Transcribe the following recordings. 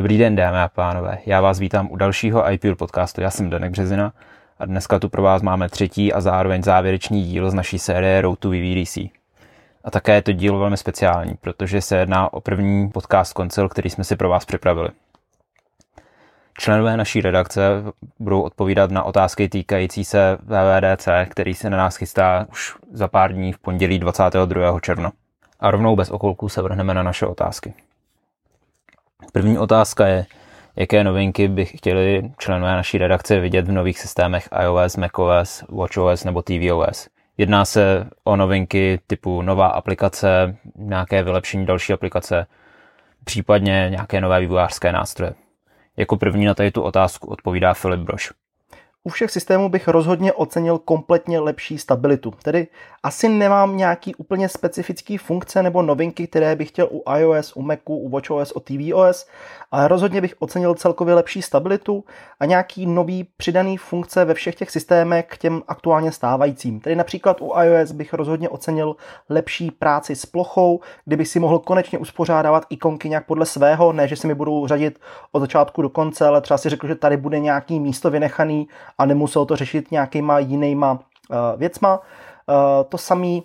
Dobrý den, dámy a pánové. Já vás vítám u dalšího iPure podcastu. Já jsem Danek Březina a dneska tu pro vás máme třetí a zároveň závěrečný díl z naší série Road to VVDC. A také je to díl velmi speciální, protože se jedná o první podcast koncil, který jsme si pro vás připravili. Členové naší redakce budou odpovídat na otázky týkající se VVDC, který se na nás chystá už za pár dní v pondělí 22. června. A rovnou bez okolků se vrhneme na naše otázky. První otázka je, jaké novinky by chtěli členové naší redakce vidět v nových systémech iOS, macOS, watchOS nebo tvOS. Jedná se o novinky typu nová aplikace, nějaké vylepšení další aplikace, případně nějaké nové vývojářské nástroje. Jako první na tady tu otázku odpovídá Filip Brož. U všech systémů bych rozhodně ocenil kompletně lepší stabilitu. Tedy asi nemám nějaký úplně specifický funkce nebo novinky, které bych chtěl u iOS, u Macu, u watchOS, u tvOS, ale rozhodně bych ocenil celkově lepší stabilitu a nějaký nový přidaný funkce ve všech těch systémech k těm aktuálně stávajícím. Tedy například u iOS bych rozhodně ocenil lepší práci s plochou, kdybych si mohl konečně uspořádávat ikonky nějak podle svého, ne že si mi budou řadit od začátku do konce, ale třeba si řekl, že tady bude nějaký místo vynechaný a nemusel to řešit nějakýma jinýma věcma. To samé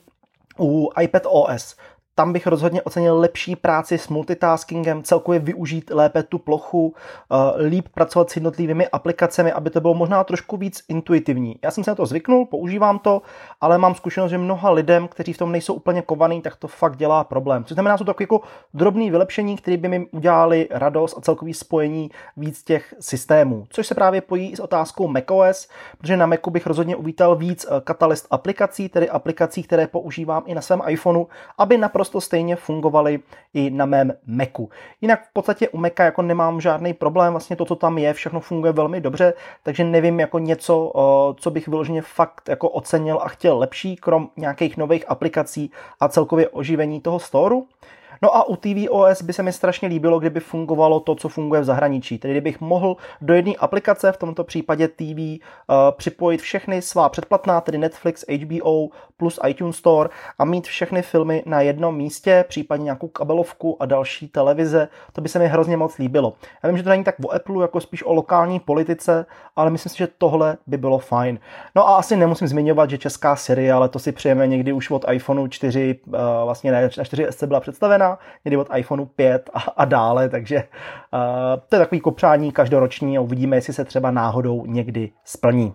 u iPadOS. Tam bych rozhodně ocenil lepší práci s multitaskingem, celkově využít lépe tu plochu, líp pracovat s jednotlivými aplikacemi, aby to bylo možná trošku víc intuitivní. Já jsem se na to zvyknul, používám to, ale mám zkušenost, že mnoha lidem, kteří v tom nejsou úplně kovaný, tak to fakt dělá problém. Což znamená, jsou to jako drobný vylepšení, které by mi udělali radost a celkový spojení víc těch systémů. Což se právě pojí i s otázkou macOS, protože na Macu bych rozhodně uvítal víc Catalyst aplikací, tedy aplikací, které používám i na svém iPhoneu, aby naprosto stejně fungovaly i na mém Macu. Jinak v podstatě u Maca jako nemám žádný problém, vlastně to, co tam je, všechno funguje velmi dobře, takže nevím jako něco, co bych vyloženě fakt jako ocenil a chtěl lepší, krom nějakých nových aplikací a celkově oživení toho storu. No a u tvOS by se mi strašně líbilo, kdyby fungovalo to, co funguje v zahraničí. Tedy kdybych mohl do jedné aplikace, v tomto případě TV, připojit všechny svá předplatná, tedy Netflix, HBO plus iTunes Store a mít všechny filmy na jednom místě, případně nějakou kabelovku a další televize. To by se mi hrozně moc líbilo. Já vím, že to není tak o Apple, jako spíš o lokální politice, ale myslím si, že tohle by bylo fajn. No a asi nemusím zmiňovat, že česká seriále, to si přejeme někdy už od iPhoneu 4, vlastně ne, na 4S byla představená, někdy od iPhoneu 5 a dále, takže to je takový kopřání každoroční a uvidíme, jestli se třeba náhodou někdy splní.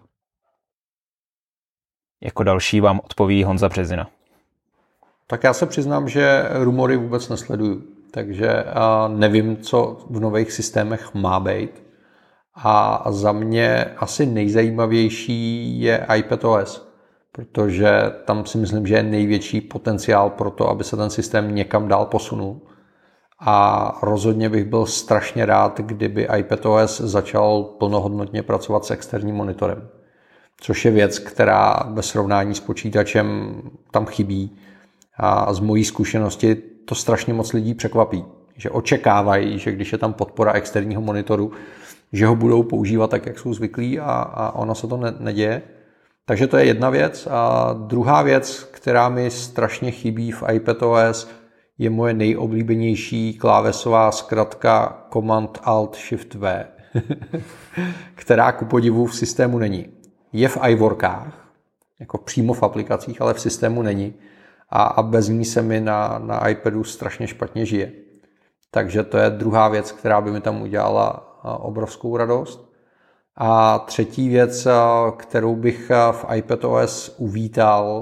Jako další vám odpoví Honza Březina. Tak já se přiznám, že rumory vůbec nesleduju, takže nevím, co v nových systémech má být. A za mě asi nejzajímavější je iPadOS, protože tam si myslím, že je největší potenciál pro to, aby se ten systém někam dál posunul. A rozhodně bych byl strašně rád, kdyby iPadOS začal plnohodnotně pracovat s externím monitorem. Což je věc, která ve srovnání s počítačem tam chybí. A z mojí zkušenosti to strašně moc lidí překvapí. Že očekávají, že když je tam podpora externího monitoru, že ho budou používat tak, jak jsou zvyklí a ono se to neděje. Takže to je jedna věc. A druhá věc, která mi strašně chybí v iPadOS, je moje nejoblíbenější klávesová zkratka Command-Alt-Shift-V, která ku podivu v systému není. Je v iWorkách, jako přímo v aplikacích, ale v systému není. A bez ní se mi na iPadu strašně špatně žije. Takže to je druhá věc, která by mi tam udělala obrovskou radost. A třetí věc, kterou bych v iPadOS uvítal,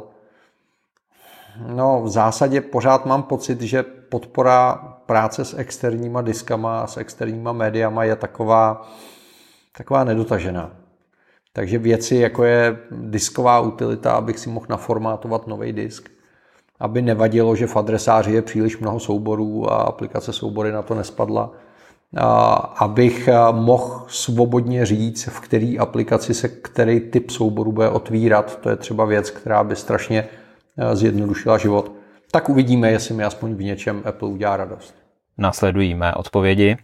no v zásadě pořád mám pocit, že podpora práce s externíma diskama a s externíma médiama je taková nedotažená. Takže věci, jako je disková utilita, abych si mohl naformátovat nový disk, aby nevadilo, že v adresáři je příliš mnoho souborů a aplikace soubory na to nespadla, abych mohl svobodně říct, v který aplikaci se který typ souboru bude otvírat. To je třeba věc, která by strašně zjednodušila život. Tak uvidíme, jestli mi aspoň v něčem Apple udělá radost. Následují mé odpovědi.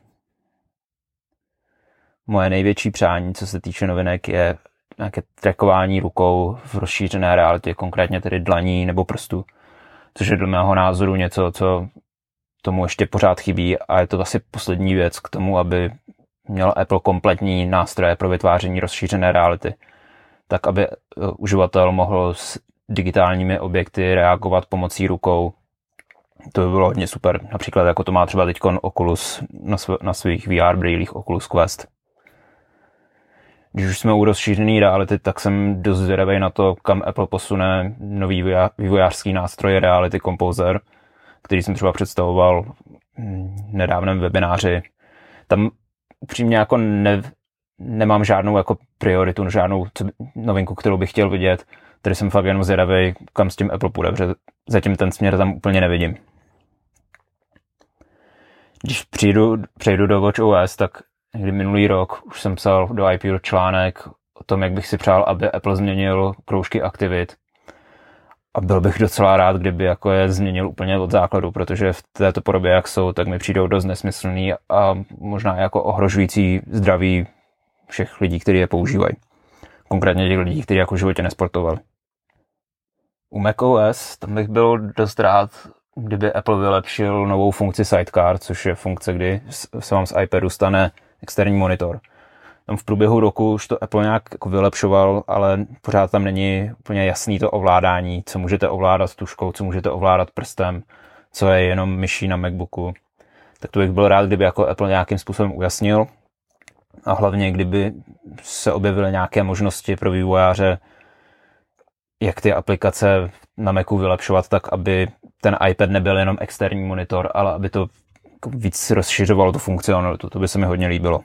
Moje největší přání, co se týče novinek, je nějaké trackování rukou v rozšířené realitě, konkrétně tedy dlaní nebo prstů, což je dle mého názoru něco, co tomu ještě pořád chybí a je to asi poslední věc k tomu, aby měl Apple kompletní nástroje pro vytváření rozšířené reality, tak aby uživatel mohl s digitálními objekty reagovat pomocí rukou. To by bylo hodně super. Například jako to má třeba teď Oculus na svých VR brýlích Oculus Quest. Když už jsme u rozšířené reality, tak jsem dost zvědavý na to, kam Apple posune nový vývojářský nástroj Reality Composer, který jsem třeba představoval v nedávném webináři. Tam upřímně jako nemám žádnou jako prioritu, žádnou novinku, kterou bych chtěl vidět. Tady jsem fakt jenom zvědavý, kam s tím Apple půjde, protože zatím ten směr tam úplně nevidím. Když přejdu do WatchOS, tak někdy minulý rok už jsem psal do iPure článek o tom, jak bych si přál, aby Apple změnil kroužky aktivit. A byl bych docela rád, kdyby jako je změnil úplně od základu, protože v této podobě, jak jsou, tak mi přijdou dost nesmyslný a možná jako ohrožující zdraví všech lidí, kteří je používají. Konkrétně těch lidí, kteří jako v životě nesportovali. U macOS tam bych byl dost rád, kdyby Apple vylepšil novou funkci Sidecar, což je funkce, kdy se vám z iPadu stane externí monitor. Tam v průběhu roku už to Apple nějak jako vylepšoval, ale pořád tam není úplně jasný to ovládání, co můžete ovládat tuškou, co můžete ovládat prstem, co je jenom myší na MacBooku. Tak to bych byl rád, kdyby jako Apple nějakým způsobem ujasnil a hlavně kdyby se objevily nějaké možnosti pro vývojáře, jak ty aplikace na Macu vylepšovat tak, aby ten iPad nebyl jenom externí monitor, ale aby to víc rozšiřovalo tu funkcionalitu. To by se mi hodně líbilo.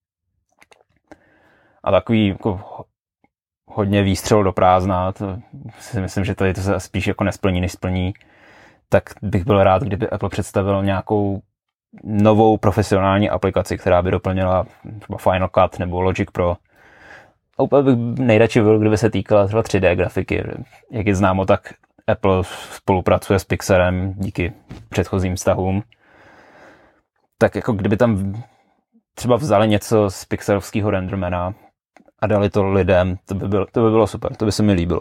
A takový jako hodně výstřel do prázdna, to si myslím, že tady to se spíš jako nesplní, než splní, tak bych byl rád, kdyby Apple představil nějakou novou profesionální aplikaci, která by doplnila třeba Final Cut nebo Logic Pro. A úplně bych nejradši byl, kdyby se týkala třeba 3D grafiky. Jak je známo, tak Apple spolupracuje s Pixarem díky předchozím vztahům. Tak jako kdyby tam třeba vzali něco z pixarovského rendermana a dali to lidem, to by bylo super, to by se mi líbilo.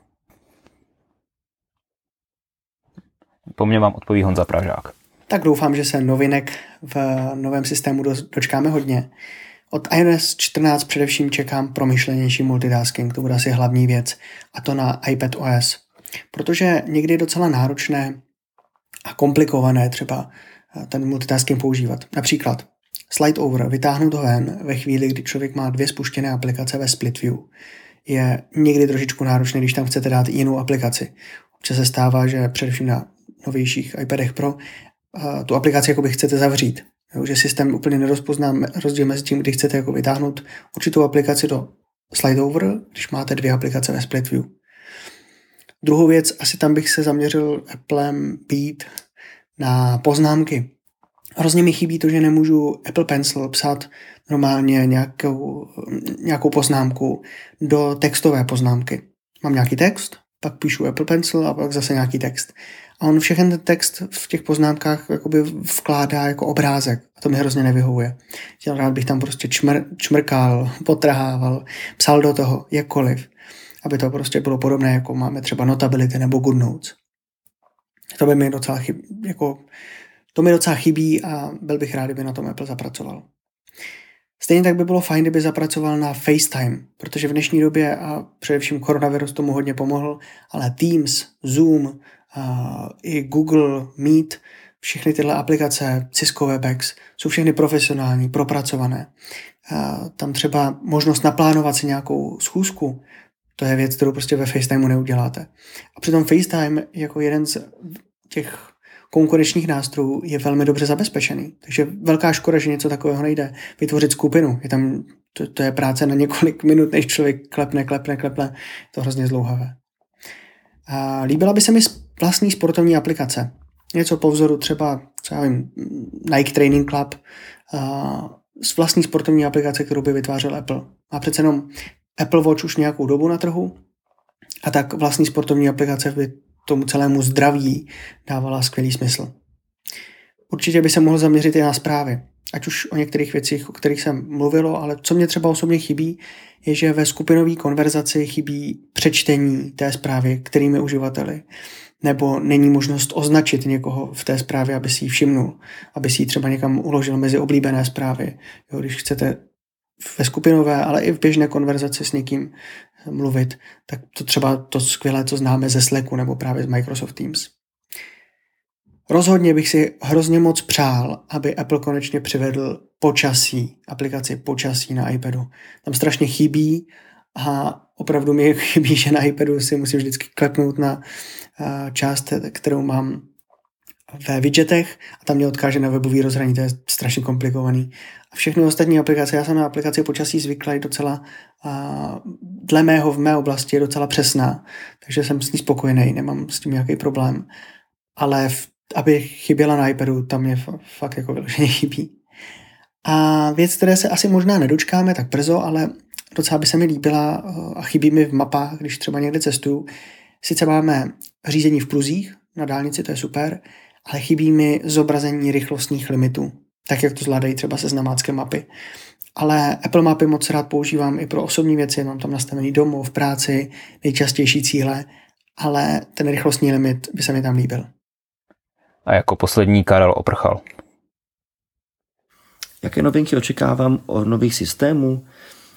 Po mně vám odpoví Honza Pražák. Tak doufám, že se novinek v novém systému dočkáme hodně. Od iOS 14 především čekám promyšlenější multitasking, to bude asi hlavní věc, a to na iPadOS. Protože někdy je docela náročné a komplikované třeba ten multitasking používat. Například slide over, vytáhnout ho ven ve chvíli, kdy člověk má 2 spuštěné aplikace ve split view, je někdy trošičku náročné, když tam chcete dát jinou aplikaci. Občas se stává, že především na novějších iPadech Pro tu aplikaci jakoby chcete zavřít. Že systém úplně nerozpozná rozdíl mezi tím, kdy chcete jako vytáhnout určitou aplikaci do slide over, když máte 2 aplikace ve split view. Druhou věc, asi tam bych se zaměřil Applem být na poznámky. Hrozně mi chybí to, že nemůžu Apple Pencil psát normálně nějakou poznámku do textové poznámky. Mám nějaký text, pak píšu Apple Pencil a pak zase nějaký text. A on všechny ten text v těch poznámkách jakoby vkládá jako obrázek. A to mi hrozně nevyhovuje. Rád bych tam prostě čmrkal, potrhával, psal do toho jakkoliv, aby to prostě bylo podobné, jako máme třeba Notability nebo GoodNotes. To by mi docela chybí a byl bych rád, kdyby na tom Apple zapracoval. Stejně tak by bylo fajn, kdyby zapracoval na FaceTime, protože v dnešní době a především koronavirus tomu hodně pomohl, ale Teams, Zoom, i Google Meet, všechny tyhle aplikace, Cisco WebEx, jsou všechny profesionální, propracované. Tam třeba možnost naplánovat si nějakou schůzku, to je věc, kterou prostě ve FaceTimeu neuděláte. A přitom FaceTime jako jeden z těch konkurenčních nástrojů je velmi dobře zabezpečený. Takže velká škoda, že něco takového nejde. Vytvořit skupinu. Je tam, to je práce na několik minut, než člověk klepne. Je to hrozně zdlouhavé. A líbila by se mi vlastní sportovní aplikace. Něco po vzoru třeba, co já vím, Nike Training Club, z vlastní sportovní aplikace, kterou by vytvářel Apple. A přece jenom Apple Watch už nějakou dobu na trhu a tak vlastní sportovní aplikace by tomu celému zdraví dávala skvělý smysl. Určitě by se mohl zaměřit i na zprávy. ať už o některých věcích, o kterých jsem mluvilo, ale co mě třeba osobně chybí, je, že ve skupinové konverzaci chybí přečtení té zprávy, kterými uživateli, nebo není možnost označit někoho v té zprávě, aby si ji všimnul, aby si ji třeba někam uložil mezi oblíbené zprávy. Jo, když chcete ve skupinové, ale i v běžné konverzaci s někým mluvit, tak to třeba to skvělé, co známe ze Slacku nebo právě z Microsoft Teams. Rozhodně bych si hrozně moc přál, aby Apple konečně přivedl počasí, aplikaci počasí na iPadu. Tam strašně chybí a opravdu mi chybí, že na iPadu si musím vždycky klepnout na část, kterou mám ve widgetech a tam mě odkáže na webový rozhraní, to je strašně komplikovaný. A všechny ostatní aplikace, já jsem na aplikaci počasí zvyklý docela, dle mého v mé oblasti je docela přesná, takže jsem s ní spokojený, nemám s tím nějaký problém. Ale aby chyběla na iPadu, tam mě fakt jako vyloženě chybí. A věc, které se asi možná nedočkáme tak brzo, ale docela by se mi líbila a chybí mi v mapách, když třeba někde cestuju. Sice máme řízení v pruzích, na dálnici to je super, ale chybí mi zobrazení rychlostních limitů, tak jak to zvládají třeba seznamácké mapy. Ale Apple mapy moc rád používám i pro osobní věci, mám tam nastavený domov, v práci, nejčastější cíle, ale ten rychlostní limit by se mi tam líbil. A jako poslední Karel Oprchal. Jaké novinky očekávám od nových systémů?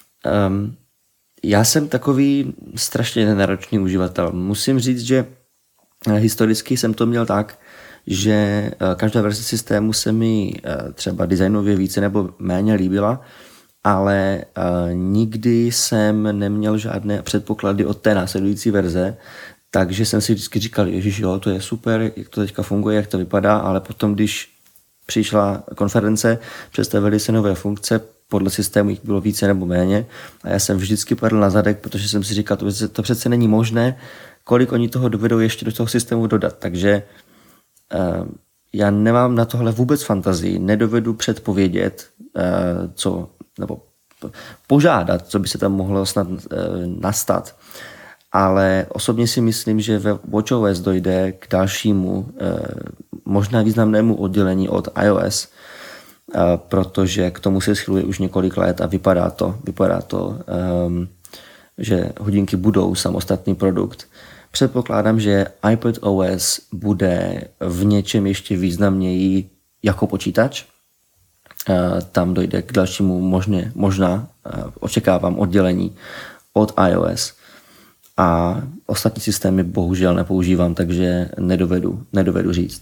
Já jsem takový strašně nenáročný uživatel. Musím říct, že historicky jsem to měl tak, že každá verze systému se mi třeba designově více nebo méně líbila, ale nikdy jsem neměl žádné předpoklady od té následující verze, takže jsem si vždycky říkal, ježiš, jo, to je super, jak to teďka funguje, jak to vypadá, ale potom, když přišla konference, představili se nové funkce, podle systému jich bylo více nebo méně a já jsem vždycky padl na zadek, protože jsem si říkal, to přece není možné, kolik oni toho dovedou ještě do toho systému dodat, takže já nemám na tohle vůbec fantazii, nedovedu předpovědět, nebo požádat, co by se tam mohlo snad nastat. Ale osobně si myslím, že ve watchOS dojde k dalšímu, možná významnému oddělení od iOS, protože k tomu se schyluje už několik let a vypadá to, že hodinky budou samostatný produkt. Předpokládám, že iPadOS bude v něčem ještě významněji jako počítač. Tam dojde k dalšímu možná očekávám oddělení od iOS. A ostatní systémy bohužel nepoužívám, takže nedovedu říct.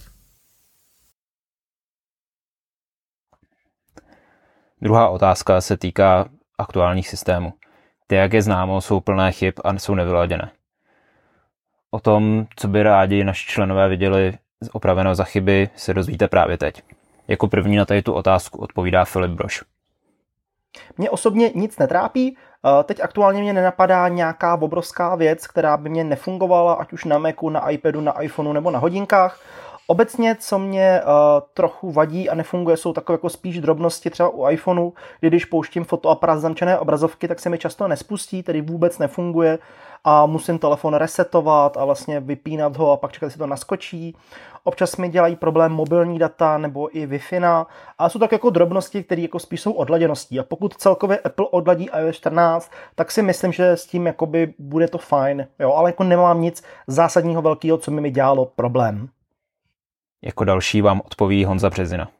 Druhá otázka se týká aktuálních systémů. Ty, jak je známo, jsou plné chyb a jsou nevyladěné. O tom, co by rádi naši členové viděli opraveno za chyby, se dozvíte právě teď. Jako první na tady tu otázku odpovídá Filip Brož. Mě osobně nic netrápí, teď aktuálně mě nenapadá nějaká obrovská věc, která by mě nefungovala, ať už na Macu, na iPadu, na iPhoneu nebo na hodinkách. Obecně, co mě trochu vadí a nefunguje, jsou takové jako spíš drobnosti třeba u iPhoneu, kdy když pouštím fotoaparát zamčené obrazovky, tak se mi často nespustí, tedy vůbec nefunguje a musím telefon resetovat a vlastně vypínat ho a pak čekat, si to naskočí. Občas mi dělají problém mobilní data nebo i Wi-Fi, ale jsou tak jako drobnosti, které jako spíš jsou odladěností. A pokud celkově Apple odladí iOS 14, tak si myslím, že s tím jakoby bude to fajn, jo, ale jako nemám nic zásadního velkého, co by mi dělalo problém. Jako další vám odpoví Honza Březina.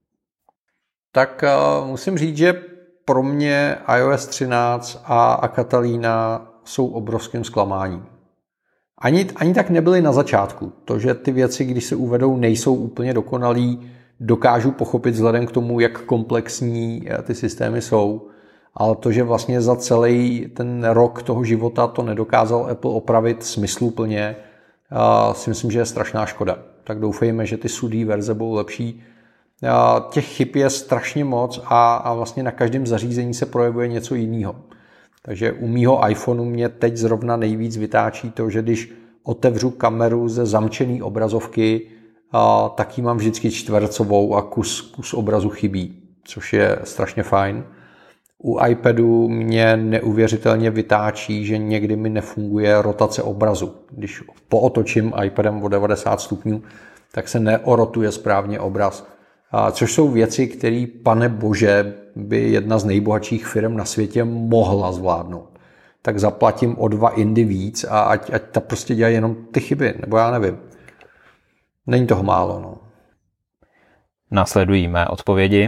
Tak musím říct, že pro mě iOS 13 a Catalina jsou obrovským zklamáním. Ani tak nebyly na začátku. To, že ty věci, když se uvedou, nejsou úplně dokonalý, dokážu pochopit vzhledem k tomu, jak komplexní ty systémy jsou. Ale to, že vlastně za celý ten rok toho života to nedokázal Apple opravit smysluplně, si myslím, že je strašná škoda. Tak doufejme, že ty sudý verze budou lepší. Těch chyb je strašně moc a vlastně na každém zařízení se projevuje něco jiného. Takže u mýho iPhoneu mě teď zrovna nejvíc vytáčí to, že když otevřu kameru ze zamčené obrazovky, tak ji mám vždycky čtvercovou a kus obrazu chybí, což je strašně fajn. U iPadu mě neuvěřitelně vytáčí, že někdy mi nefunguje rotace obrazu. Když pootočím iPadem o 90 stupňů, tak se neorotuje správně obraz. což jsou věci, které, pane bože, by jedna z nejbohatších firm na světě mohla zvládnout. Tak zaplatím o 2 indy víc a ať ta prostě dělají jenom ty chyby, nebo já nevím. Není toho málo, no. Následují mé odpovědi.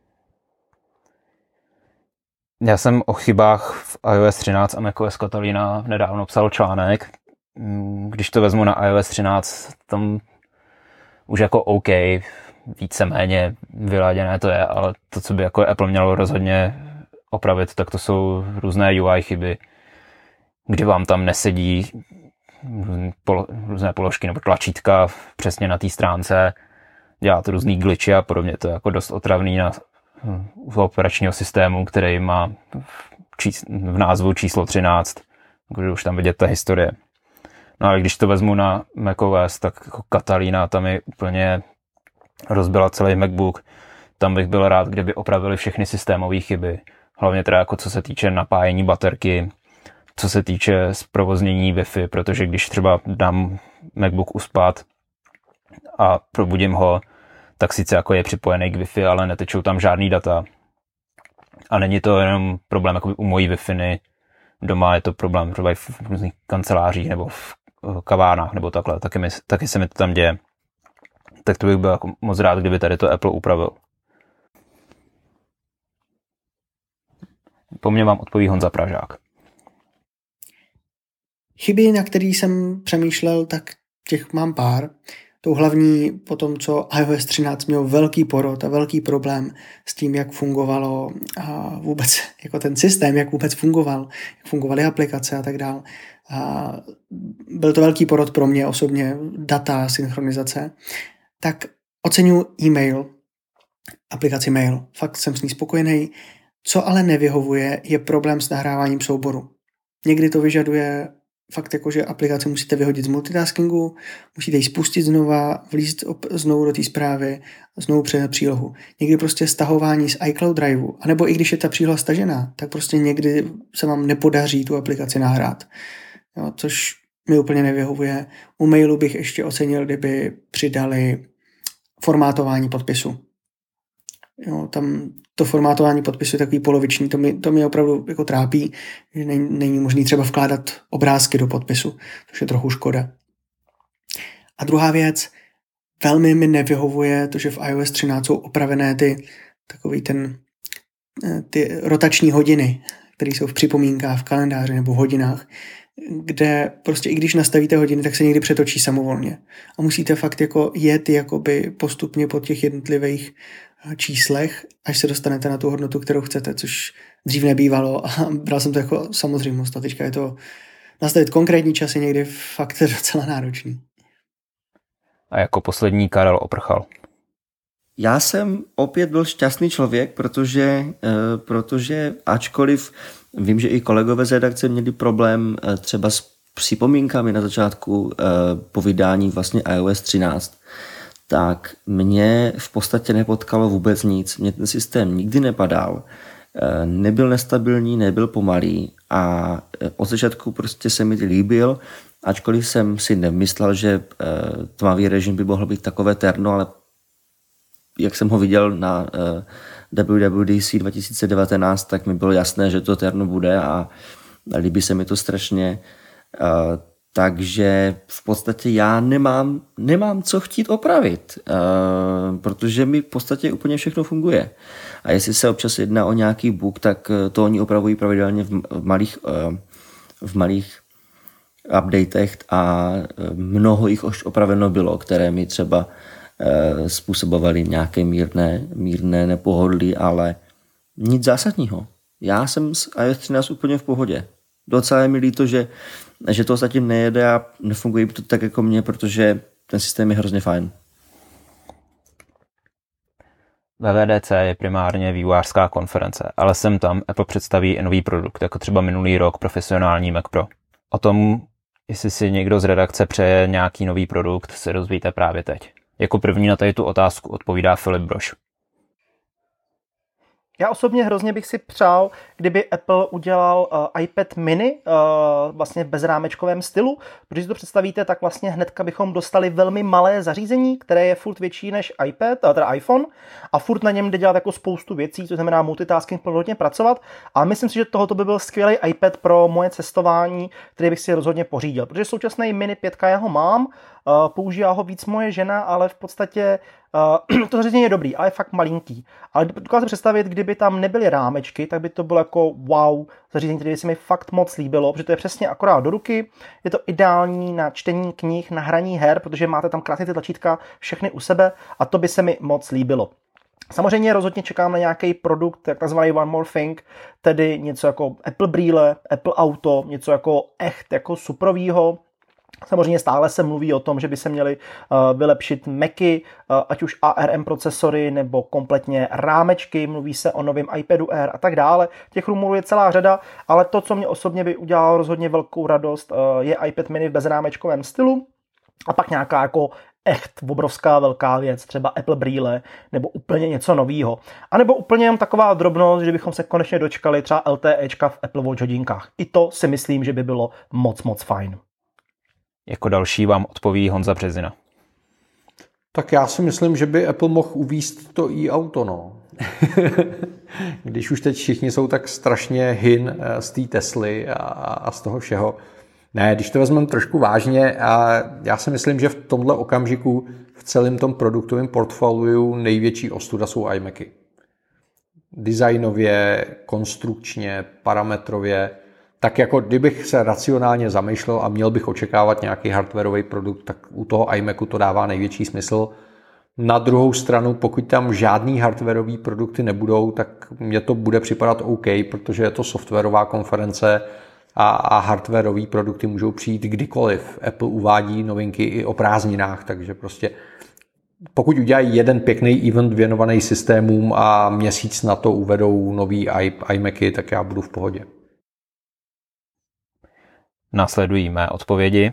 Já jsem o chybách v iOS 13 a macOS Catalina nedávno psal článek. Když to vezmu na iOS 13, tam už jako OK, víceméně vyladěné to je, ale to, co by jako Apple mělo rozhodně opravit, tak to jsou různé UI chyby, kdy vám tam nesedí různé položky nebo tlačítka přesně na té stránce, dělá to různý glitchy a podobně, to je jako dost otravný na operačního systému, který má v názvu číslo 13, takže už tam vidět ta historie. No ale když to vezmu na macOS, tak jako Catalina tam je úplně rozbila celý MacBook. Tam bych byl rád, kdyby opravili všechny systémové chyby. Hlavně teda jako co se týče napájení baterky, co se týče zprovoznění Wi-Fi, protože když třeba dám MacBook uspat a probudím ho, tak sice jako je připojený k Wi-Fi, ale netečou tam žádný data. A není to jenom problém jako u mojí Wi-Fi doma, je to problém třeba i v různých kancelářích nebo v kavárnách nebo takhle, taky se mi to tam děje. Tak to bych byl jako moc rád, kdyby tady to Apple upravil. Po mně vám odpoví Honza Pražák. Chyby, na který jsem přemýšlel, tak těch mám pár. Tou hlavní po tom, co iOS 13 měl velký porod a velký problém s tím, jak fungovalo a vůbec jako ten systém, jak vůbec fungoval, jak fungovaly aplikace a tak dále. Byl to velký porod pro mě osobně, data, synchronizace. Tak oceňuji e-mail, aplikaci Mail. Fakt jsem s ní spokojený. Co ale nevyhovuje, je problém s nahráváním souboru. Někdy to vyžaduje fakt jako, že aplikaci musíte vyhodit z multitaskingu, musíte ji spustit znova, vlízt znovu do té zprávy, znovu předat přílohu. Někdy prostě stahování z iCloud Driveu, anebo i když je ta příloha stažená, tak prostě někdy se vám nepodaří tu aplikaci nahrát. Jo, což mi úplně nevyhovuje. U mailu bych ještě ocenil, kdyby přidali formátování podpisu. Jo, tam to formátování podpisu je takový poloviční, to mě opravdu jako trápí, že není možný třeba vkládat obrázky do podpisu, což je trochu škoda. A druhá věc, velmi mi nevyhovuje to, že v iOS 13 jsou opravené ty rotační hodiny, které jsou v připomínkách, v kalendáři nebo v hodinách, kde prostě i když nastavíte hodiny, tak se někdy přetočí samovolně. A musíte fakt jako jet jakoby postupně po těch jednotlivých číslech, až se dostanete na tu hodnotu, kterou chcete, což dřív nebývalo a bral jsem to jako samozřejmost. A teďka je to nastavit konkrétní časy někdy fakt docela náročný. A jako poslední Karel Oprchal. Já jsem opět byl šťastný člověk, protože ačkoliv vím, že i kolegové z redakce měli problém třeba s připomínkami na začátku po vydání vlastně iOS 13, tak mě v podstatě nepotkalo vůbec nic. Mě ten systém nikdy nepadal, nebyl nestabilní, nebyl pomalý a od začátku prostě se mi líbil, ačkoliv jsem si nemyslel, že tmavý režim by mohl být takové terno, ale jak jsem ho viděl na WWDC 2019, tak mi bylo jasné, že to terno bude a líbí se mi to strašně. Takže v podstatě já nemám co chtít opravit, protože mi v podstatě úplně všechno funguje. A jestli se občas jedná o nějaký bug, tak to oni opravují pravidelně v malých updatech a mnoho jich už opraveno bylo, které mi třeba způsobovaly nějaké mírné nepohodlí, ale nic zásadního. Já jsem s iOS 13 úplně v pohodě. Docela je mi líto, že to zatím nejede a nefunguje to tak jako mě, protože ten systém je hrozně fajn. WWDC je primárně vývojářská konference, ale sem tam Apple představí i nový produkt, jako třeba minulý rok profesionální Mac Pro. O tom, jestli si někdo z redakce přeje nějaký nový produkt, se dozvíte právě teď. Jako první na tady tu otázku odpovídá Filip Brož. Já osobně hrozně bych si přál, kdyby Apple udělal iPad mini vlastně v bezrámečkovém stylu, protože si to představíte, tak vlastně hnedka bychom dostali velmi malé zařízení, které je furt větší než iPad, teda iPhone, a furt na něm jde dělat jako spoustu věcí, co znamená multitasking, plnohodnotně pracovat. A myslím si, že tohoto by byl skvělý iPad pro moje cestování, který bych si rozhodně pořídil, protože současný mini 5 já ho mám, používá ho víc moje žena, ale v podstatě to zařízení je dobrý, ale je fakt malinký. Ale dokážu představit, kdyby tam nebyly rámečky, tak by to bylo jako wow zařízení, které se mi fakt moc líbilo, protože to je přesně akorát do ruky, je to ideální na čtení knih, na hraní her, protože máte tam krásně ty tlačítka všechny u sebe a to by se mi moc líbilo. Samozřejmě rozhodně čekám na nějaký produkt, takzvaný One More Thing, tedy něco jako Apple brýle, Apple auto, něco jako jako suprovýho. Samozřejmě stále se mluví o tom, že by se měly vylepšit Macy, ať už ARM procesory nebo kompletně rámečky, mluví se o novém iPadu Air a tak dále. Těch rumorů je celá řada, ale to, co mě osobně by udělalo rozhodně velkou radost, je iPad mini v bezrámečkovém stylu a pak nějaká jako obrovská velká věc, třeba Apple brýle nebo úplně něco novýho. A nebo úplně jen taková drobnost, že bychom se konečně dočkali třeba LTEčka v Apple Watch hodinkách. I to si myslím, že by bylo moc fajn. Jako další vám odpoví Honza Březina. Tak já si myslím, že by Apple mohl uvést to e-auto, no. Když už teď všichni jsou tak strašně z té Tesly a z toho všeho. Ne, když to vezmeme trošku vážně, já si myslím, že v tomhle okamžiku v celém tom produktovém portfoliu největší ostuda jsou iMacy. Designově, konstrukčně, parametrově, tak jako kdybych se racionálně zamýšlel a měl bych očekávat nějaký hardwareový produkt, tak u toho iMacu to dává největší smysl. Na druhou stranu, pokud tam žádný hardwareový produkty nebudou, tak mně to bude připadat OK, protože je to softwarová konference a hardwareový produkty můžou přijít kdykoliv. Apple uvádí novinky i o prázdninách, takže prostě pokud udělají jeden pěkný event věnovaný systémům a měsíc na to uvedou nový iMacy, tak já budu v pohodě. Následují mé odpovědi.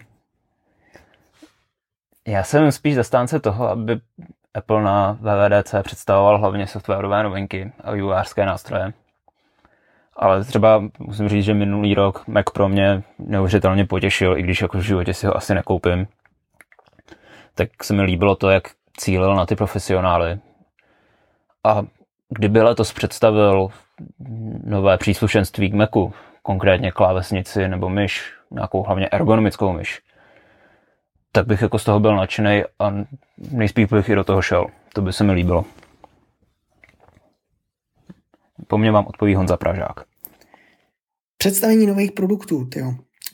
Já jsem spíš zastánce toho, aby Apple na WWDC představoval hlavně softwarové novinky a vývojářské nástroje. Ale třeba musím říct, že minulý rok Mac pro mě neuvěřitelně potěšil, i když jako v životě si ho asi nekoupím. Tak se mi líbilo to, jak cílil na ty profesionály. A kdyby letos představil nové příslušenství k Macu, konkrétně klávesnici nebo myš, nějakou hlavně ergonomickou myš, tak bych jako z toho byl nadšenej a nejspíš bych i do toho šel. To by se mi líbilo. Po mně vám odpoví Honza Pražák. Představení nových produktů, tyjo.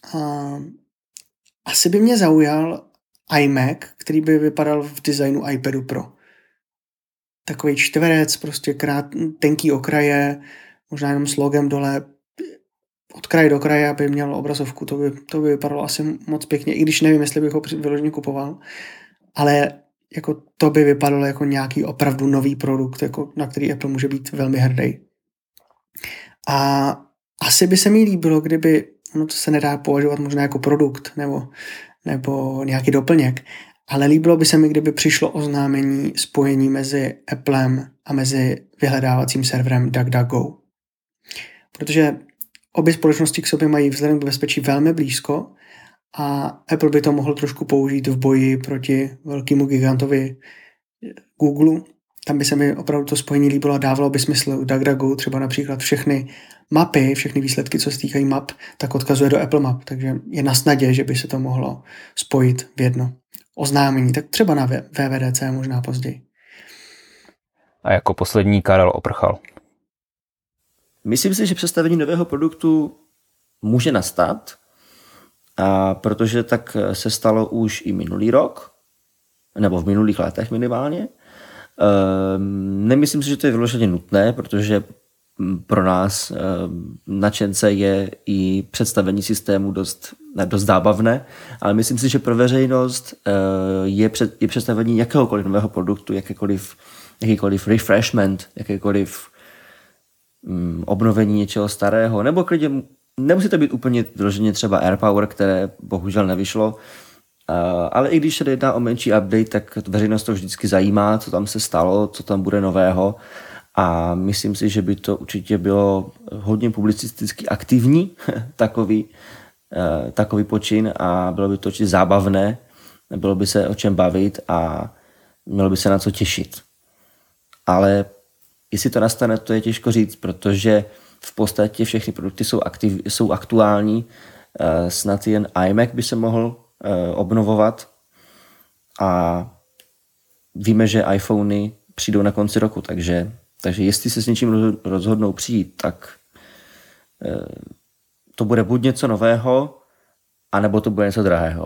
Asi by mě zaujal iMac, který by vypadal v designu iPadu Pro. Takový čtverec, prostě tenký okraje, možná jenom s logem dole, od kraje do kraje, aby měl obrazovku, to by vypadalo asi moc pěkně, i když nevím, jestli bych ho vyloženě kupoval, ale jako to by vypadalo jako nějaký opravdu nový produkt, jako na který Apple může být velmi hrdý. A asi by se mi líbilo, kdyby, to se nedá považovat možná jako produkt nebo nějaký doplněk, ale líbilo by se mi, kdyby přišlo oznámení spojení mezi Applem a mezi vyhledávacím serverem DuckDuckGo. Protože obě společnosti k sobě mají vzhledem k bezpečí velmi blízko a Apple by to mohl trošku použít v boji proti velkému gigantovi Google. Tam by se mi opravdu to spojení líbilo a dávalo by smysl u DuckDuckGo třeba například všechny mapy, všechny výsledky, co se týkají map, tak odkazuje do Apple Map, takže je na snadě, že by se to mohlo spojit v jedno oznámení, tak třeba na WWDC možná později. A jako poslední Karel Oprchal. Myslím si, že představení nového produktu může nastat, protože tak se stalo už i minulý rok, nebo v minulých letech minimálně. Nemyslím si, že to je vyloženě nutné, protože pro nás nadšence je i představení systému dost zábavné, ale myslím si, že pro veřejnost je představení jakéhokoliv nového produktu, jakýkoliv refreshment, jakékoliv obnovení něčeho starého, nebo klidně nemusí to být úplně vyloženě třeba AirPower, které bohužel nevyšlo, ale i když se jedná o menší update, tak veřejnost to vždycky zajímá, co tam se stalo, co tam bude nového a myslím si, že by to určitě bylo hodně publicisticky aktivní takový počin a bylo by to určitě zábavné, bylo by se o čem bavit a mělo by se na co těšit. Ale jestli to nastane, to je těžko říct, protože v podstatě všechny produkty jsou aktuální, snad jen iMac by se mohl obnovovat a víme, že iPhony přijdou na konci roku, takže jestli se s něčím rozhodnou přijít, tak to bude buď něco nového, anebo to bude něco drahého.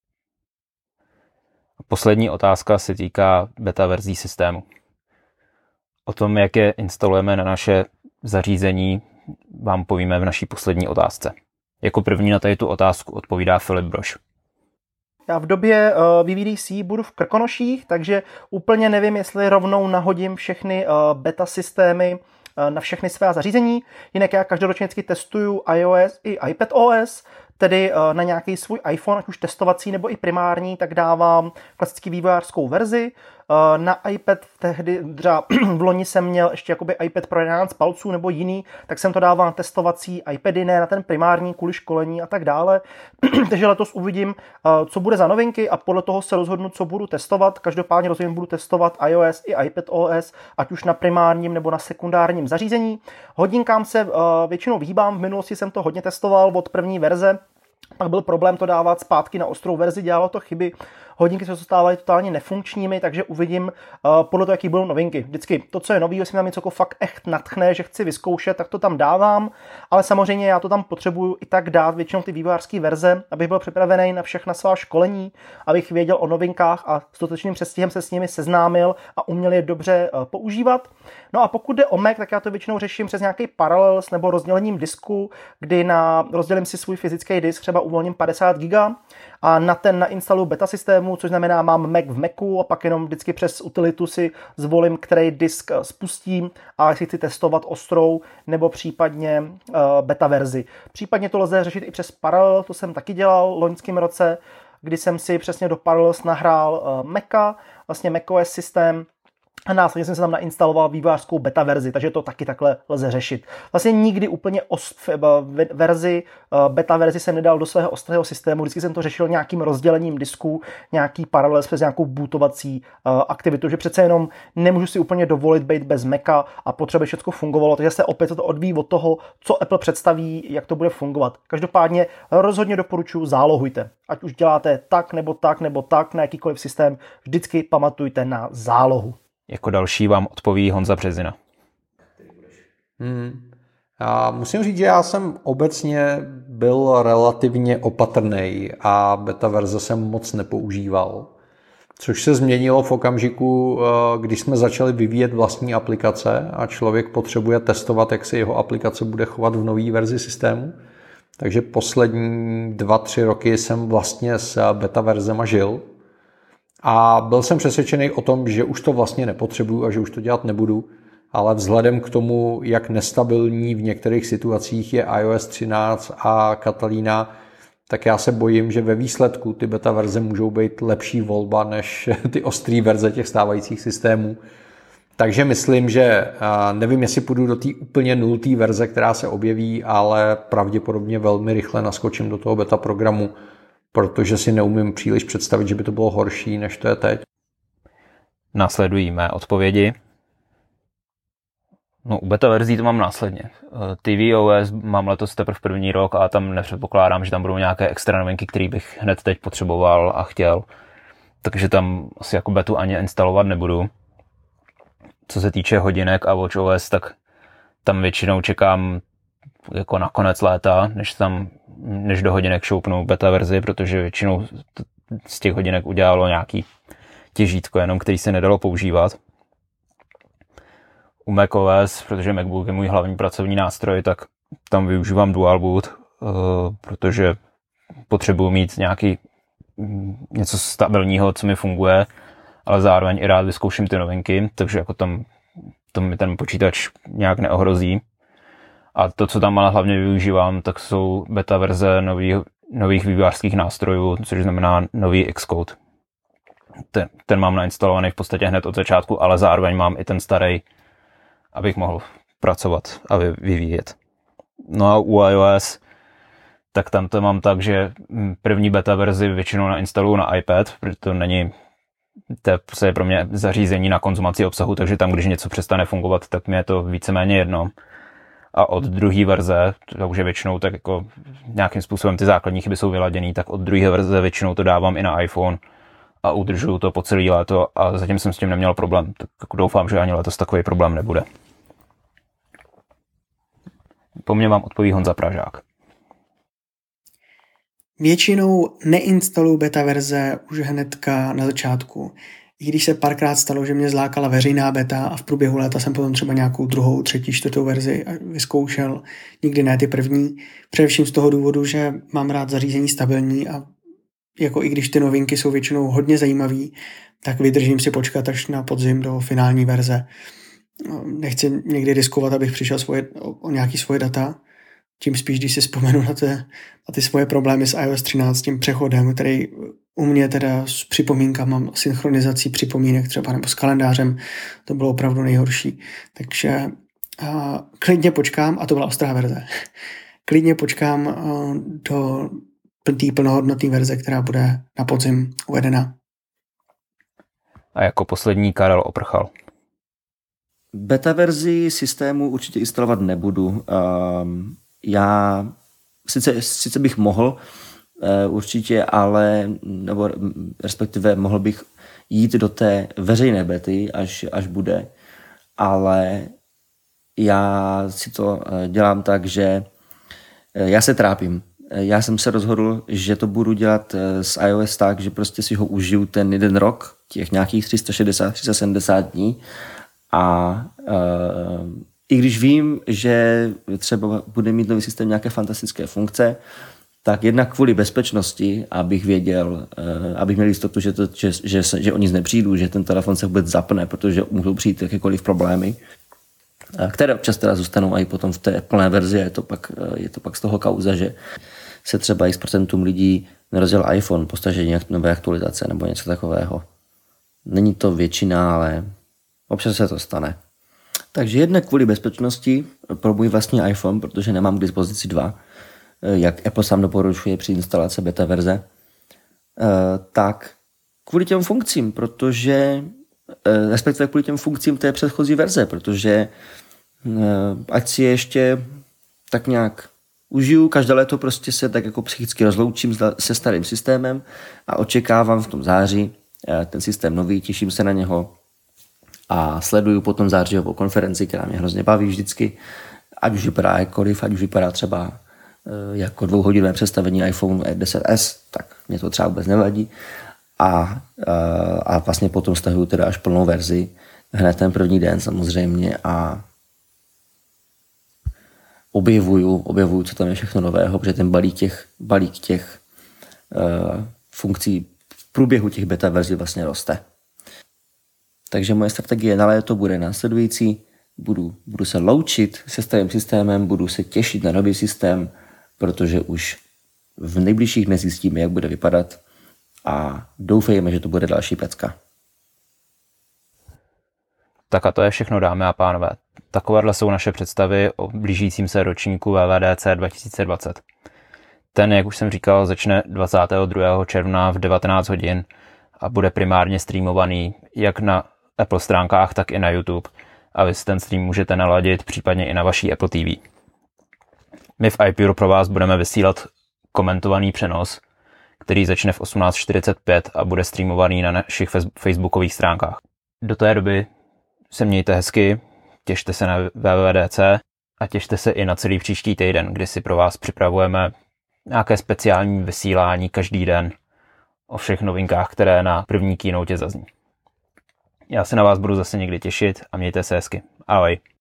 Poslední otázka se týká beta verzí systému. O tom, jak je instalujeme na naše zařízení, vám povíme v naší poslední otázce. Jako první na tady tu otázku odpovídá Filip Brož. Já v době VVDC budu v Krkonoších, takže úplně nevím, jestli rovnou nahodím všechny beta systémy na všechny své zařízení. Jinak já každoročně testuju iOS i iPadOS, tedy na nějaký svůj iPhone, ať už testovací nebo i primární, tak dávám klasický vývojářskou verzi. Na iPad tehdy, třeba v loni jsem měl ještě jakoby iPad pro 11 palců nebo jiný, tak jsem to dával na testovací iPady, ne na ten primární kvůli školení a tak dále. Takže letos uvidím, co bude za novinky a podle toho se rozhodnu, co budu testovat. Každopádně rozhodně budu testovat iOS i iPadOS, ať už na primárním nebo na sekundárním zařízení. Hodinkám se většinou vyhýbám, v minulosti jsem to hodně testoval od první verze, pak byl problém to dávat zpátky na ostrou verzi, dělalo to chyby, hodinky se stávaly totálně nefunkčními, takže uvidím podle toho, jaký budou novinky. Vždycky to, co je nový, jestli mi tam něco jako fakt echt nadchne, že chci vyzkoušet, tak to tam dávám, ale samozřejmě já to tam potřebuju i tak dát většinou ty vývojářské verze, abych byl připravený na všechna svá školení, abych věděl o novinkách a s dostatečným přestihem se s nimi seznámil a uměl je dobře používat. No a pokud jde o Mac, tak já to většinou řeším přes nějaký Parallels nebo rozdělením disku, kdy rozdělím si svůj fyzický disk, třeba uvolním 50 GB a na ten nainstaluju beta systému, což znamená, mám Mac v Macu a pak jenom vždycky přes utilitu si zvolím, který disk spustím a jestli chci testovat ostrou nebo případně beta verzi. Případně to lze řešit i přes Parallel, to jsem taky dělal v loňském roce, kdy jsem si přesně do Parallels nahrál Maca, vlastně macOS systém, a následně jsem se tam nainstaloval vývojářskou beta verzi, takže to taky takhle lze řešit. Vlastně nikdy úplně beta verzi jsem nedal do svého ostrého systému, vždycky jsem to řešil nějakým rozdělením disků, nějaký paralel přes nějakou bootovací aktivitu, že přece jenom nemůžu si úplně dovolit být bez Maca a potřebuje všechno fungovalo, takže se opět to odvíjí od toho, co Apple představí, jak to bude fungovat. Každopádně rozhodně doporučuji, zálohujte. Ať už děláte tak nebo tak nebo tak na jakýkoliv systém, vždycky pamatujte na zálohu. Jako další vám odpoví Honza Březina. Já musím říct, že já jsem obecně byl relativně opatrný a beta verze jsem moc nepoužíval. Což se změnilo v okamžiku, když jsme začali vyvíjet vlastní aplikace a člověk potřebuje testovat, jak se jeho aplikace bude chovat v nové verzi systému. Takže poslední 2-3 roky jsem vlastně s beta verzema žil. A byl jsem přesvědčený o tom, že už to vlastně nepotřebuju a že už to dělat nebudu, ale vzhledem k tomu, jak nestabilní v některých situacích je iOS 13 a Catalina, tak já se bojím, že ve výsledku ty beta verze můžou být lepší volba než ty ostrý verze těch stávajících systémů. Takže myslím, že nevím, jestli půjdu do té úplně nultý verze, která se objeví, ale pravděpodobně velmi rychle naskočím do toho beta programu, protože si neumím příliš představit, že by to bylo horší, než to je teď. Následují mé odpovědi. No, u beta verzí to mám následně. tvOS mám letos teprve první rok a tam nepředpokládám, že tam budou nějaké extra novinky, které bych hned teď potřeboval a chtěl. Takže tam asi jako betu ani instalovat nebudu. Co se týče hodinek a watchOS, tak tam většinou čekám jako na konec léta, než do hodinek šoupnu beta verzi, protože většinou z těch hodinek udělalo nějaký těžítko, jenom který se nedalo používat. U macOS, protože MacBook je můj hlavní pracovní nástroj, tak tam využívám dual boot, protože potřebuji mít něco stabilního, co mi funguje, ale zároveň i rád vyzkouším ty novinky, takže jako tam mi ten počítač nějak neohrozí. A to, co tam ale hlavně využívám, tak jsou beta verze nových vývojářských nástrojů, což znamená nový Xcode. Ten mám nainstalovaný v podstatě hned od začátku, ale zároveň mám i ten starý abych mohl pracovat a vyvíjet. No a u iOS, tak tam to mám tak, že první beta verzi většinou nainstaluju na iPad, protože to je pro mě zařízení na konzumaci obsahu, takže tam, když něco přestane fungovat, tak mi je to víceméně jedno. A od druhé verze, to už je většinou tak jako nějakým způsobem ty základní chyby jsou vyladěný, tak od druhé verze většinou to dávám i na iPhone a udržuju to po celé léto a zatím jsem s tím neměl problém. Tak jako doufám, že ani letos takový problém nebude. Po mně vám odpoví Honza Pražák. Většinou neinstaluju beta verze už hnedka na začátku. I když se párkrát stalo, že mě zlákala veřejná beta a v průběhu léta jsem potom třeba nějakou druhou, třetí, čtvrtou verzi vyzkoušel, nikdy ne ty první. Především z toho důvodu, že mám rád zařízení stabilní a jako i když ty novinky jsou většinou hodně zajímavý, tak vydržím si počkat až na podzim do finální verze. Nechci někdy riskovat, abych přišel o nějaký svoje data. Tím spíš, když si vzpomenu na ty svoje problémy s iOS 13, tím přechodem, který u mě teda s připomínkama, synchronizací připomínek třeba nebo s kalendářem, to bylo opravdu nejhorší. Takže klidně počkám, a to byla ostrá verze, klidně počkám do té plnohodnotné verze, která bude na podzim uvedena. A jako poslední Karel Oprchal. Beta verzi systému určitě instalovat nebudu. Já sice bych mohl, určitě, ale nebo respektive mohl bych jít do té veřejné bety, až bude, ale já si to dělám tak, že já se trápím. Já jsem se rozhodl, že to budu dělat s iOS tak, že prostě si ho užiju ten jeden rok, těch nějakých 360-370 dní a i když vím, že třeba bude mít nový systém nějaké fantastické funkce, tak jednak kvůli bezpečnosti, abych věděl, abych měl jistotu, že o nic nepřijdu, že ten telefon se vůbec zapne, protože můžou přijít jakékoliv problémy, které občas teda zůstanou i potom v té plné verzi. Je to pak z toho kauza, že se třeba x% lidí nerozjel iPhone po stažení nové aktualizace nebo něco takového. Není to většina, ale občas se to stane. Takže jednak kvůli bezpečnosti pro můj vlastní iPhone, protože nemám k dispozici 2, jak Apple sám doporučuje při instalaci beta verze, tak kvůli těm funkcím, respektive kvůli těm funkcím té předchozí verze, protože ať si ještě tak nějak užiju, každé léto prostě se tak jako psychicky rozloučím se starým systémem a očekávám v tom září ten systém nový, těším se na něho a sleduju potom zářijovou konferenci, která mě hrozně baví vždycky, ať už vypadá jakkoliv, ať už vypadá třeba jako 2hodinové představení iPhone 10s, tak mě to třeba vůbec nevadí. A vlastně potom stahuju teda až plnou verzi, hned ten první den samozřejmě a objevuju, co tam je všechno nového, protože ten balík těch funkcí v průběhu těch beta verzí vlastně roste. Takže moje strategie na léto bude následující. Budu se loučit se starým systémem, budu se těšit na nový systém, protože už v nejbližších dnech zjistíme, jak bude vypadat a doufejme, že to bude další pecka. Tak a to je všechno, dámy a pánové. Takovéhle jsou naše představy o blížícím se ročníku WWDC 2020. Ten, jak už jsem říkal, začne 22. června v 19 hodin a bude primárně streamovaný jak na Apple stránkách, tak i na YouTube. A vy si ten stream můžete naladit případně i na vaší Apple TV. My v iPure pro vás budeme vysílat komentovaný přenos, který začne v 18:45 a bude streamovaný na našich facebookových stránkách. Do té doby se mějte hezky, těšte se na WWDC a těšte se i na celý příští týden, kdy si pro vás připravujeme nějaké speciální vysílání každý den o všech novinkách, které na první keynote zazní. Já se na vás budu zase někdy těšit a mějte se hezky. Ahoj.